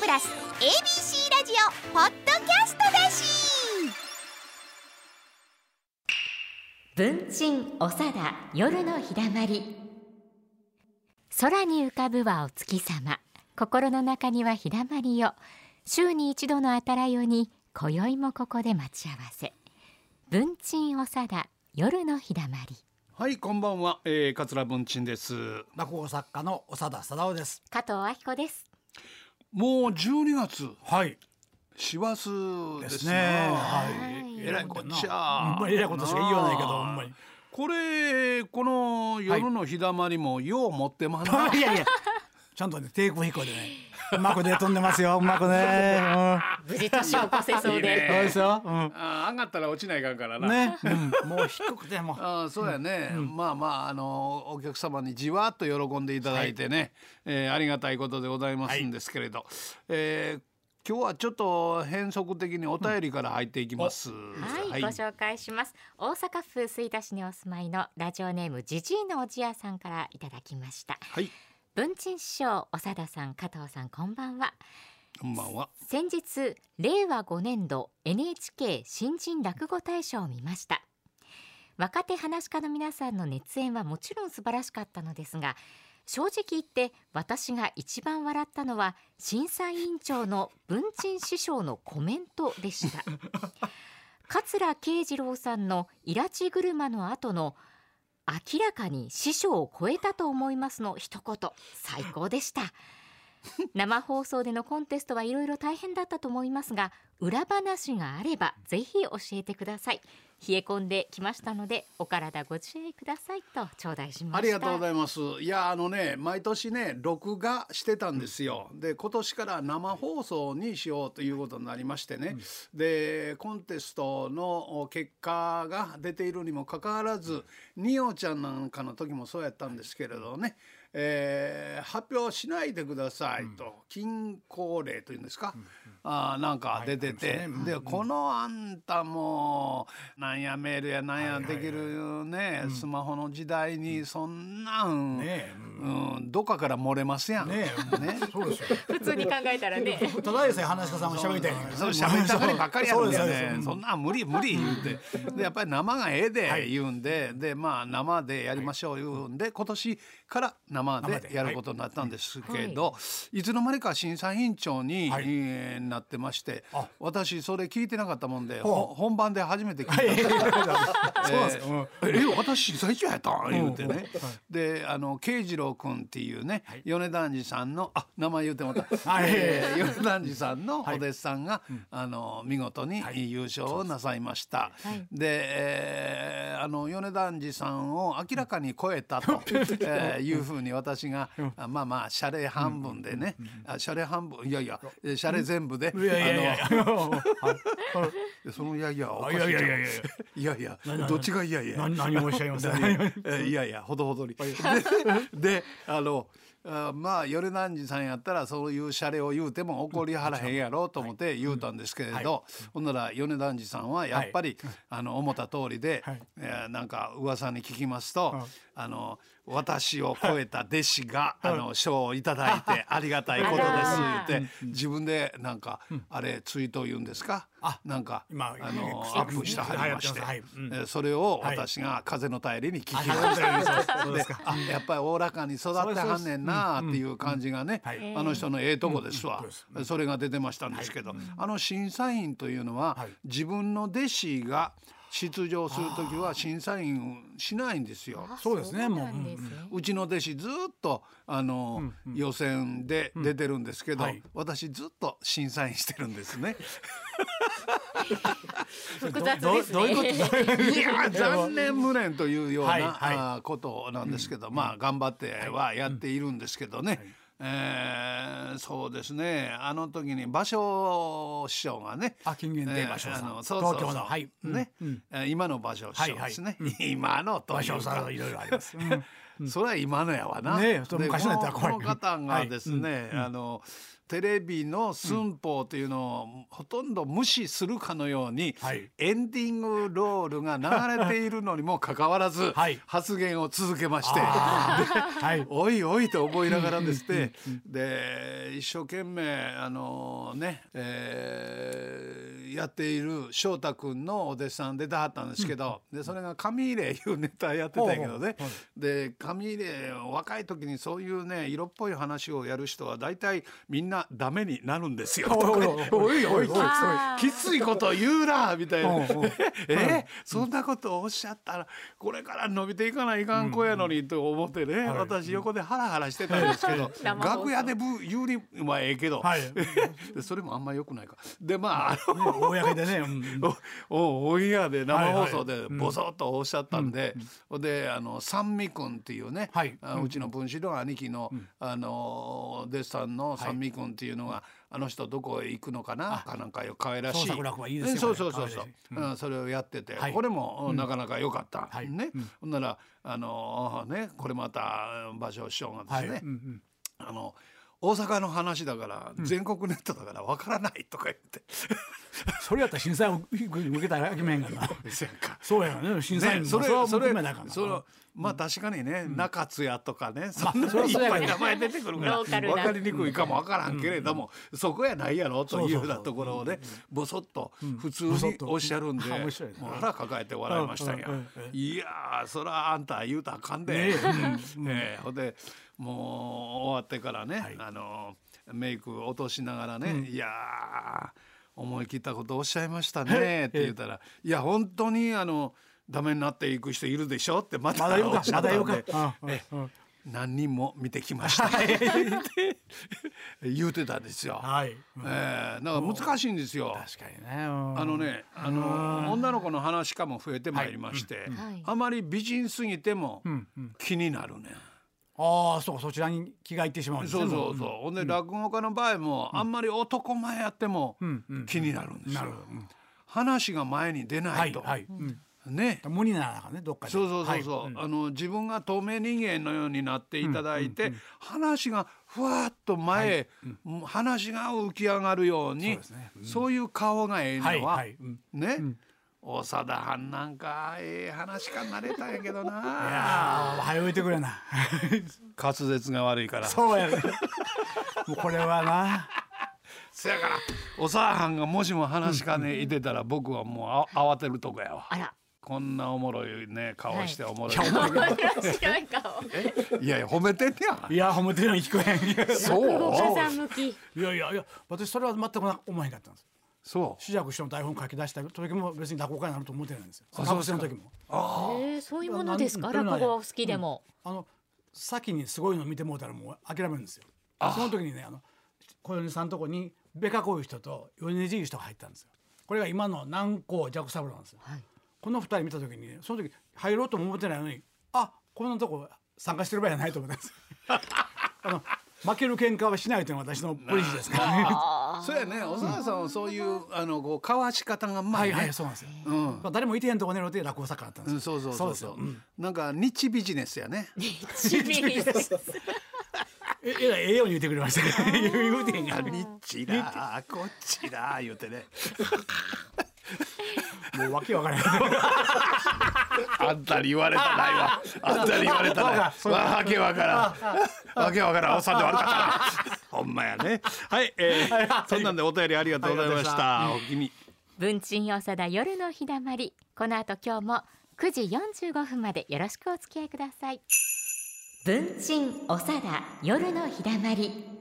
プラス ABC ラジオポッドキャストだし。 文鎮おさだ夜のひだまり。空に浮かぶはお月様、心の中にはひだまりよ。週に一度のあたらよに今宵もここで待ち合わせ。文鎮おさだ夜のひだまり。 はい、こんばんは、桂文鎮です。 落語作家の長田貞夫です。 加藤明子です。 もう12月、 はい。 師走ですね。 はい。 はい。 えらいこっちゃ。 えらいことしか言いようないけど、ほんまに。 この夜の日だまりもよう持ってまんな。 いやいや。ちゃんとね、低空飛行でね。うまくね飛んでますよ。うまくね。 無事年を越せそうで。 そうですよ。 上がったら落ちないかんからな。 ね。もう低くても。 そうやね。まあまあお客様にじわっと喜んでいただいてね、ありがたいことでございますんですけれど。今日はちょっと変則的にお便りから入っていきます。 はい、ご紹介します。大阪府吹田市にお住まいのラジオネームじじいのおじやさんからいただきました。 はい。 文鎮師匠、長田さん、加藤さん、こんばんは。 こんばんは。 先日令和5年度 NHK 新人落語大賞を見ました。若手噺家の皆さんの熱演はもちろん素晴らしかったのですが、正直言って私が一番笑ったのは審査委員長の文鎮師匠のコメントでした桂慶次郎さんのイラチ車の後の明らかに師匠を超えたと思いますの一言、最高でした生放送でのコンテストはいろいろ大変だったと思いますが、裏話があればぜひ教えてください。冷え込んできましたのでお体ご注意くださいと頂戴しました。 ありがとうございます。いや毎年ね録画してたんですよ。で今年から生放送にしようということになりましてね、でコンテストの結果が出ているにもかかわらず、におちゃんなんかの時もそうやったんですけれどね、発表しないでくださいと、禁錮令というんですか、なんか出てて、でこのあんたもなんやメールやなんやできるね、スマホの時代にそんなんどっかから漏れますやんね。 そうですよ。 普通に考えたらねただでさえ話し家さんも喋りたいからね。 喋ったがりばっかりやるんだよね。 そうそんなん無理言うて、でやっぱり生がええで言うんで、でまあ生でやりましょう言うんで、今年から生でやることになったんですけど、いつの間にか審査委員長になってまして、私それ聞いてなかったもんで本番で初めて聞いた。私審査委員長やったん言うてね。で慶次郎君っていうね、米團次さんの名前言うてもらった、米團次さんのお弟子さんが見事に優勝をなさいました。で米團次さんを明らかに超えたというふうに私がまあまあ謝礼半分でね、謝礼半分いやいや謝礼全部でそのいやいやおかしいいやいやどっちがいやいや何をおっしゃいますね。 いやいやほどほどにでまあ米團次さんやったらそういうシャレを言うても怒りはらへんやろうと思って言うたんですけれど、ほんなら米團次さんはやっぱり思った通りで、なんか噂に聞きますと私を超えた弟子が賞をいただいてありがたいことです言って自分でなんかあれツイートを言うんですか、なんかアップしてはりまして、それを私が風の便りに聞きました。やっぱりおおらかに育ってはんねんなっていう感じがね、あの人のええとこですわ。それが出てましたんですけど、審査員というのは自分の弟子が出場するときは審査員しないんですよ。 そうですね。もうちの弟子ずっと予選で出てるんですけど、私ずっと審査員してるんですね。 複雑ですね。 どういうこと？ いや残念無念というようなことなんですけど、まあ頑張ってはやっているんですけどね。そうですね、あの時に芭蕉師匠がね、 金言亭芭蕉さん、 東京のね、今の芭蕉師匠ですね、今のというか芭蕉さんいろいろありますそれは今のやわな。 ねえそれで昔のやったら怖いこの方がですね、テレビの寸法というのをほとんど無視するかのように、 はいエンディングロールが流れているのにもかかわらず、 はい発言を続けまして、 はいおいおいと思いながらですね、で一生懸命やっている翔太君のお弟子さん出てはったんですけど、でそれが紙入れいうネタやってたんやけどね、で紙入れ若い時にそういうね色っぽい話をやる人は大体みんなダメになるんですよ。おいおいきついこと言うなみたいなそんなことをおっしゃったらこれから伸びていかないかん子やのにと思ってね、私横でハラハラしてたんですけど楽屋で言うにはええけど、でそれもあんま良くないか。でまあ公でねオンエアで生放送でボソッとおっしゃったんで、で三味君っていうね、うちの分子の兄貴のお弟子さんの三味君っていうのがあの人どこへ行くのかなかなんかよ可愛らしい創作落語はいいですよね。 そうそれをやってて、これもなかなか良かったね。ほんならこれまた芭蕉師匠がですね、大阪の話だから全国ネットだからわからないとか言ってそれやったら審査員受けたらあきめんがなそうやね審査員もそれまあん確かにね、中津屋とかねそんなそいっうやけどぱい名前出てくるからローカルな分かりにくいかも分からんけれども、そこやないやろというようなところをねボソッと普通におっしゃるんで、 面白いねもう腹抱えて笑いましたんや。いやーそらあんた言うたらあかんで、ほんでもう終わってからね、メイク落としながらね、いやー思い切ったことおっしゃいましたねって言ったら、いや本当にダメになっていく人いるでしょってまたおっしゃったんで、何人も見てきましたって言うてたんですよ。なんか難しいんですよ。 確かにね女の子の話かも増えてまいりまして、あまり美人すぎても気になるね。 そちらに気がいってしまうんですね。 そうほんで落語家の場合もあんまり男前やっても気になるんですよ。話が前に出ないとね、 無理ならねどっかで自分が透明人間のようになっていただいて、話がふわっと前、話が浮き上がるように、そういう顔がええのはね、長田藩なんか話かなれたんやけどな。いや早いてくれな滑舌が悪いから。 そうやねもうこれはなそやから長田藩がもしも話かねいてたら僕はもう慌てるとこやわ。こんなおもろいね顔しておもろい、いや褒めてんねや。 いや褒めてるのに聞こえんそういや私それは全く思えへんかったんです。 そう主役しても台本書き出した時も別に落語家になると思ってないんですよ。学生の時もそういうものですか。落語好きでも先にすごいの見てもうたらもう諦めるんですよ。その時にね小米さんのとこにベカこういう人と米次いう人が入ったんですよ。これが今の南光寂三郎なんですよ。この二人見た時にその時入ろうとも思ってないのにこんなとこ参加してる場合じゃないと思ったんです負ける喧嘩はしないというのが私のポリシーですからねそうやね。長田さんはそういうこう交わし方がうまいね。 そうなんですよ。誰もいてへんとこ狙って落語作家だったんですよ。 そうなんか日ビジネスやね。 日ビジネスえらいええように言ってくれましたね言うてへんが日だこっちだ言うてねもうわけわからないあんたに言われたないわ。あんたに言われたないわけわからんわけわからんおっさんで悪かったなほんまやね。はい、そんなんでお便りありがとうございました。おきに文鎮長田夜のひだまり、この後今日も9時45分までよろしくお付き合いください。文鎮長田夜のひだまり。